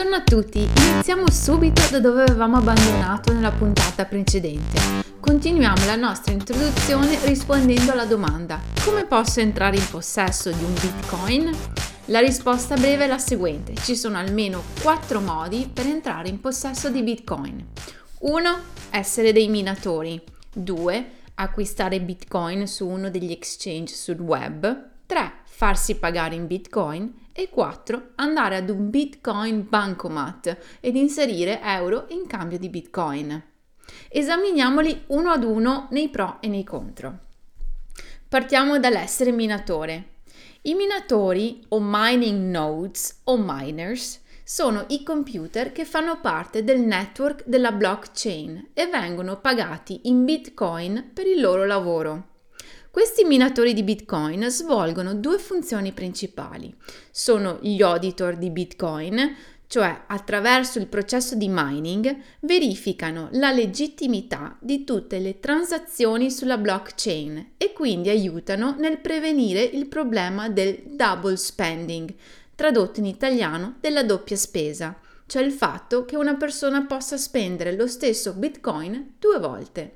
Buongiorno a tutti, iniziamo subito da dove avevamo abbandonato nella puntata precedente. Continuiamo la nostra introduzione rispondendo alla domanda: come posso entrare in possesso di un Bitcoin? La risposta breve è la seguente: ci sono almeno 4 modi per entrare in possesso di Bitcoin. 1. Essere dei minatori. 2. Acquistare Bitcoin su uno degli exchange sul web. 3. Farsi pagare in Bitcoin. E 4. Andare ad un Bitcoin bancomat ed inserire euro in cambio di Bitcoin. Esaminiamoli uno ad uno nei pro e nei contro. Partiamo dall'essere minatore. I minatori o mining nodes o miners sono i computer che fanno parte del network della blockchain e vengono pagati in Bitcoin per il loro lavoro. Questi minatori di Bitcoin svolgono 2 funzioni principali. Sono gli auditor di Bitcoin, cioè attraverso il processo di mining verificano la legittimità di tutte le transazioni sulla blockchain e quindi aiutano nel prevenire il problema del double spending, tradotto in italiano della doppia spesa, cioè il fatto che una persona possa spendere lo stesso Bitcoin 2 volte.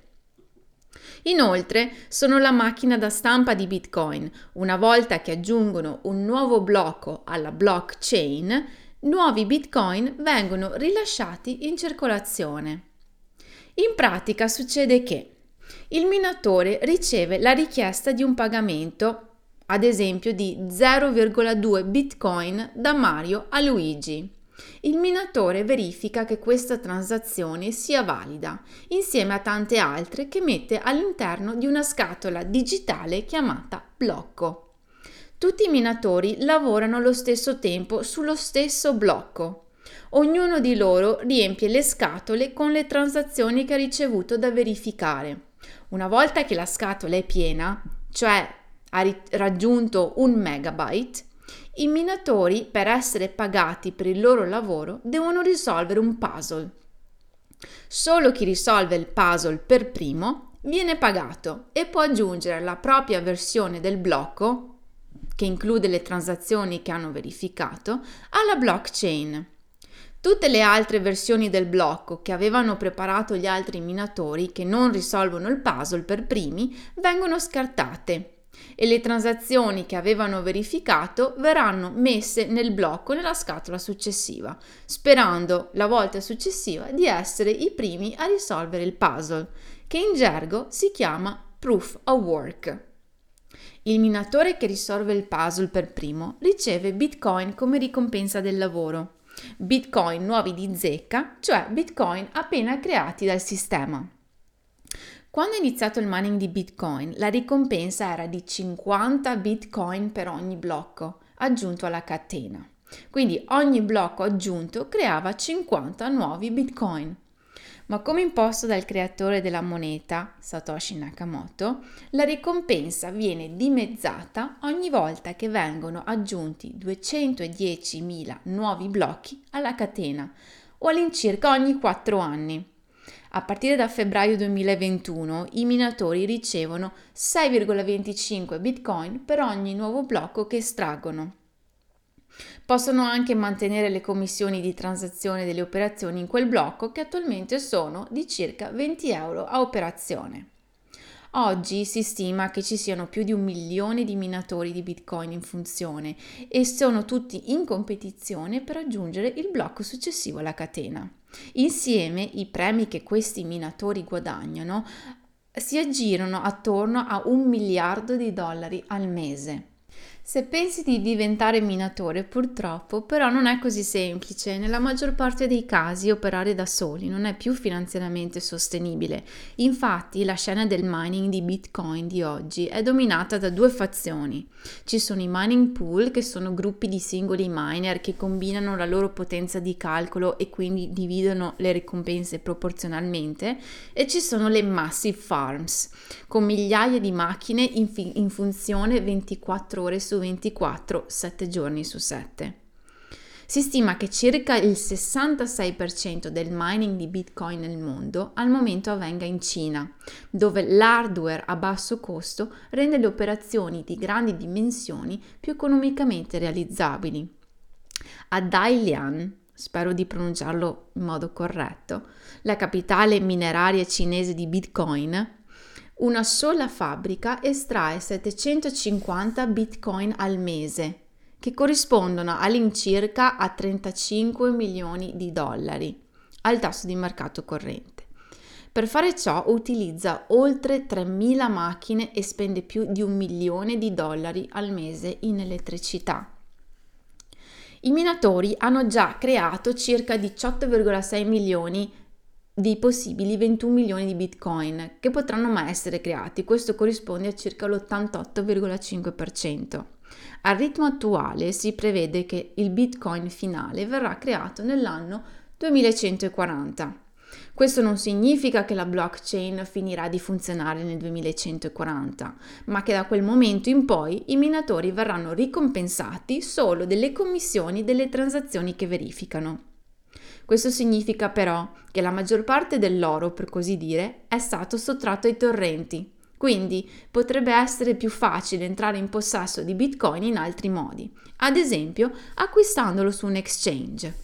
Inoltre sono la macchina da stampa di Bitcoin. Una volta che aggiungono un nuovo blocco alla blockchain, nuovi Bitcoin vengono rilasciati in circolazione. In pratica succede che il minatore riceve la richiesta di un pagamento, ad esempio di 0,2 Bitcoin da Mario a Luigi. Il minatore verifica che questa transazione sia valida, insieme a tante altre che mette all'interno di una scatola digitale chiamata blocco. Tutti i minatori lavorano allo stesso tempo sullo stesso blocco. Ognuno di loro riempie le scatole con le transazioni che ha ricevuto da verificare. Una volta che la scatola è piena, cioè ha raggiunto 1 megabyte, i minatori, per essere pagati per il loro lavoro, devono risolvere un puzzle. Solo chi risolve il puzzle per primo viene pagato e può aggiungere la propria versione del blocco, che include le transazioni che hanno verificato, alla blockchain. Tutte le altre versioni del blocco che avevano preparato gli altri minatori che non risolvono il puzzle per primi vengono scartate e le transazioni che avevano verificato verranno messe nel blocco nella scatola successiva, sperando la volta successiva di essere i primi a risolvere il puzzle, che in gergo si chiama proof of work. Il minatore che risolve il puzzle per primo riceve Bitcoin come ricompensa del lavoro. Bitcoin nuovi di zecca, cioè Bitcoin appena creati dal sistema. Quando è iniziato il mining di Bitcoin, la ricompensa era di 50 Bitcoin per ogni blocco aggiunto alla catena. Quindi ogni blocco aggiunto creava 50 nuovi Bitcoin. Ma come imposto dal creatore della moneta, Satoshi Nakamoto, la ricompensa viene dimezzata ogni volta che vengono aggiunti 210.000 nuovi blocchi alla catena, o all'incirca ogni 4 anni. A partire da febbraio 2021 i minatori ricevono 6,25 Bitcoin per ogni nuovo blocco che estraggono. Possono anche mantenere le commissioni di transazione delle operazioni in quel blocco, che attualmente sono di circa 20 euro a operazione. Oggi si stima che ci siano più di 1 milione di minatori di Bitcoin in funzione e sono tutti in competizione per raggiungere il blocco successivo alla catena. Insieme i premi che questi minatori guadagnano si aggirano attorno a $1 miliardo al mese. Se pensi di diventare minatore, purtroppo però non è così semplice. Nella maggior parte dei casi operare da soli non è più finanziariamente sostenibile. Infatti la scena del mining di Bitcoin di oggi è dominata da 2 fazioni. Ci sono i mining pool, che sono gruppi di singoli miner che combinano la loro potenza di calcolo e quindi dividono le ricompense proporzionalmente, e ci sono le massive farms, con migliaia di macchine in funzione 24 ore su 24, 7 giorni su 7. Si stima che circa il 66% del mining di Bitcoin nel mondo al momento avvenga in Cina, dove l'hardware a basso costo rende le operazioni di grandi dimensioni più economicamente realizzabili. A Dalian, spero di pronunciarlo in modo corretto, la capitale mineraria cinese di Bitcoin, una sola fabbrica estrae 750 Bitcoin al mese, che corrispondono all'incirca a 35 milioni di dollari al tasso di mercato corrente. Per fare ciò utilizza oltre 3.000 macchine e spende più di $1 milione al mese in elettricità. I minatori hanno già creato circa 18,6 milioni di possibili 21 milioni di Bitcoin che potranno mai essere creati. Questo corrisponde a circa l'88,5%. Al ritmo attuale si prevede che il Bitcoin finale verrà creato nell'anno 2140. Questo non significa che la blockchain finirà di funzionare nel 2140, ma che da quel momento in poi i minatori verranno ricompensati solo delle commissioni delle transazioni che verificano. Questo significa però che la maggior parte dell'oro, per così dire, è stato sottratto ai torrenti, quindi potrebbe essere più facile entrare in possesso di Bitcoin in altri modi, ad esempio acquistandolo su un exchange.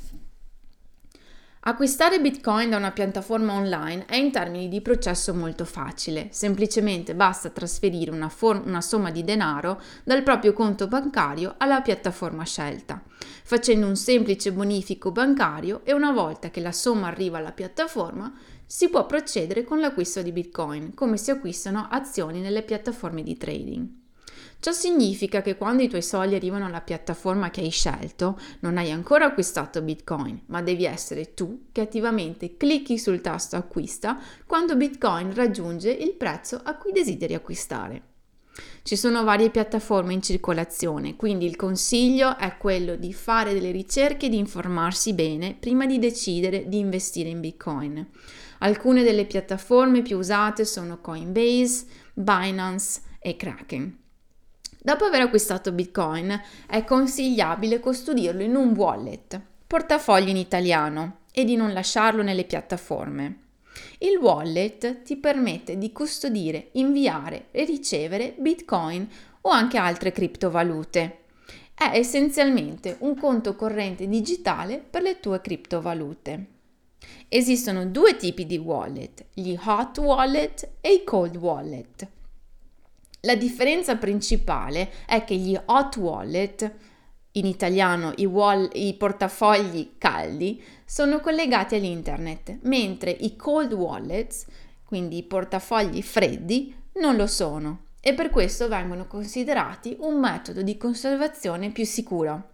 Acquistare Bitcoin da una piattaforma online è in termini di processo molto facile, semplicemente basta trasferire una somma di denaro dal proprio conto bancario alla piattaforma scelta, facendo un semplice bonifico bancario e una volta che la somma arriva alla piattaforma si può procedere con l'acquisto di Bitcoin, come si acquistano azioni nelle piattaforme di trading. Ciò significa che quando i tuoi soldi arrivano alla piattaforma che hai scelto, non hai ancora acquistato Bitcoin, ma devi essere tu che attivamente clicchi sul tasto acquista quando Bitcoin raggiunge il prezzo a cui desideri acquistare. Ci sono varie piattaforme in circolazione, quindi il consiglio è quello di fare delle ricerche e di informarsi bene prima di decidere di investire in Bitcoin. Alcune delle piattaforme più usate sono Coinbase, Binance e Kraken. Dopo aver acquistato Bitcoin è consigliabile custodirlo in un wallet, portafoglio in italiano, e di non lasciarlo nelle piattaforme. Il wallet ti permette di custodire, inviare e ricevere Bitcoin o anche altre criptovalute. È essenzialmente un conto corrente digitale per le tue criptovalute. Esistono due tipi di wallet, gli hot wallet e i cold wallet. La differenza principale è che gli hot wallet, in italiano i portafogli caldi, sono collegati all'internet, mentre i cold wallets, quindi i portafogli freddi, non lo sono e per questo vengono considerati un metodo di conservazione più sicuro.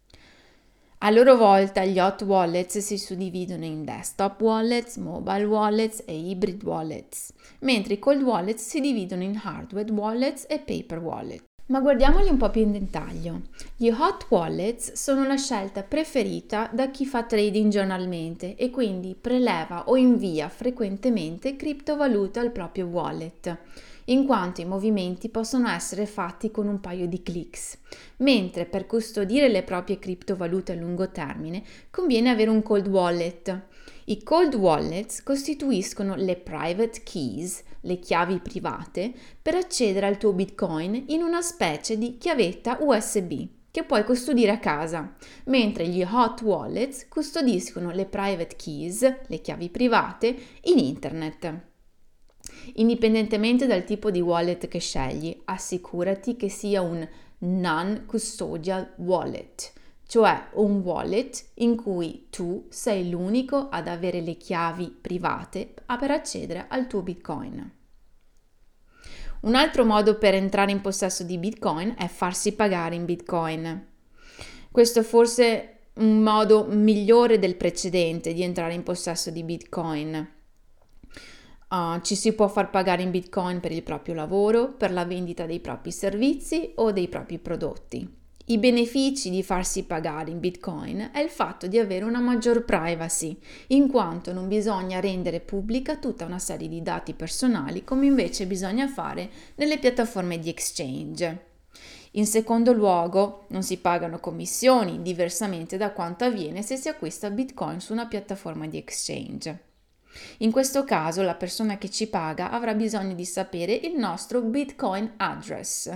A loro volta gli hot wallets si suddividono in desktop wallets, mobile wallets e hybrid wallets, mentre i cold wallets si dividono in hardware wallets e paper wallets. Ma guardiamoli un po' più in dettaglio. Gli hot wallets sono la scelta preferita da chi fa trading giornalmente e quindi preleva o invia frequentemente criptovalute al proprio wallet, in quanto i movimenti possono essere fatti con un paio di clicks, mentre per custodire le proprie criptovalute a lungo termine conviene avere un cold wallet. I cold wallets costituiscono le private keys, le chiavi private, per accedere al tuo Bitcoin in una specie di chiavetta USB che puoi custodire a casa, mentre gli hot wallets custodiscono le private keys, le chiavi private, in internet. Indipendentemente dal tipo di wallet che scegli, assicurati che sia un non-custodial wallet, cioè un wallet in cui tu sei l'unico ad avere le chiavi private per accedere al tuo Bitcoin. Un altro modo per entrare in possesso di Bitcoin è farsi pagare in Bitcoin. Questo è forse un modo migliore del precedente di entrare in possesso di Bitcoin. Ci si può far pagare in Bitcoin per il proprio lavoro, per la vendita dei propri servizi o dei propri prodotti. I benefici di farsi pagare in Bitcoin è il fatto di avere una maggior privacy, in quanto non bisogna rendere pubblica tutta una serie di dati personali come invece bisogna fare nelle piattaforme di exchange. In secondo luogo, non si pagano commissioni, diversamente da quanto avviene se si acquista Bitcoin su una piattaforma di exchange. In questo caso la persona che ci paga avrà bisogno di sapere il nostro Bitcoin address,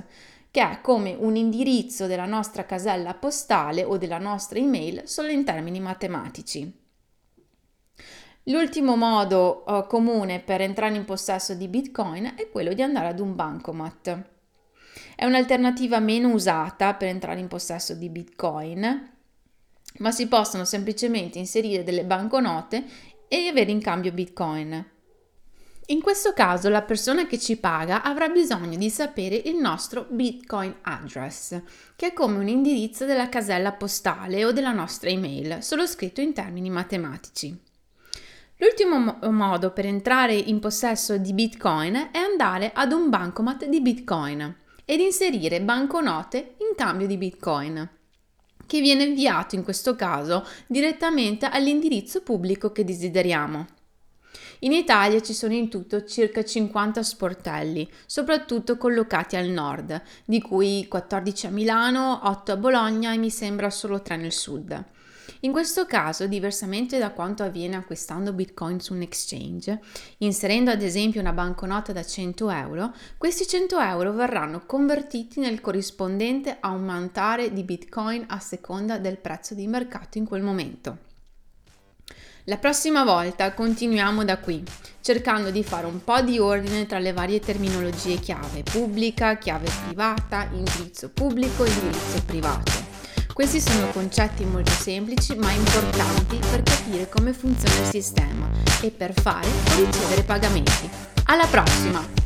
che è come un indirizzo della nostra casella postale o della nostra email solo in termini matematici. L'ultimo modo comune per entrare in possesso di Bitcoin è quello di andare ad un bancomat. È un'alternativa meno usata per entrare in possesso di Bitcoin, ma si possono semplicemente inserire delle banconote e avere in cambio Bitcoin. In questo caso la persona che ci paga avrà bisogno di sapere il nostro Bitcoin address, che è come un indirizzo della casella postale o della nostra email, solo scritto in termini matematici. L'ultimo modo per entrare in possesso di Bitcoin è andare ad un bancomat di Bitcoin ed inserire banconote in cambio di Bitcoin, che viene inviato in questo caso direttamente all'indirizzo pubblico che desideriamo. In Italia ci sono in tutto circa 50 sportelli, soprattutto collocati al nord, di cui 14 a Milano, 8 a Bologna e mi sembra solo 3 nel sud. In questo caso, diversamente da quanto avviene acquistando Bitcoin su un exchange, inserendo ad esempio una banconota da 100 euro, questi 100 euro verranno convertiti nel corrispondente aumentare di Bitcoin a seconda del prezzo di mercato in quel momento. La prossima volta continuiamo da qui, cercando di fare un po' di ordine tra le varie terminologie chiave pubblica, chiave privata, indirizzo pubblico e indirizzo privato. Questi sono concetti molto semplici ma importanti per capire come funziona il sistema e per fare o ricevere pagamenti. Alla prossima!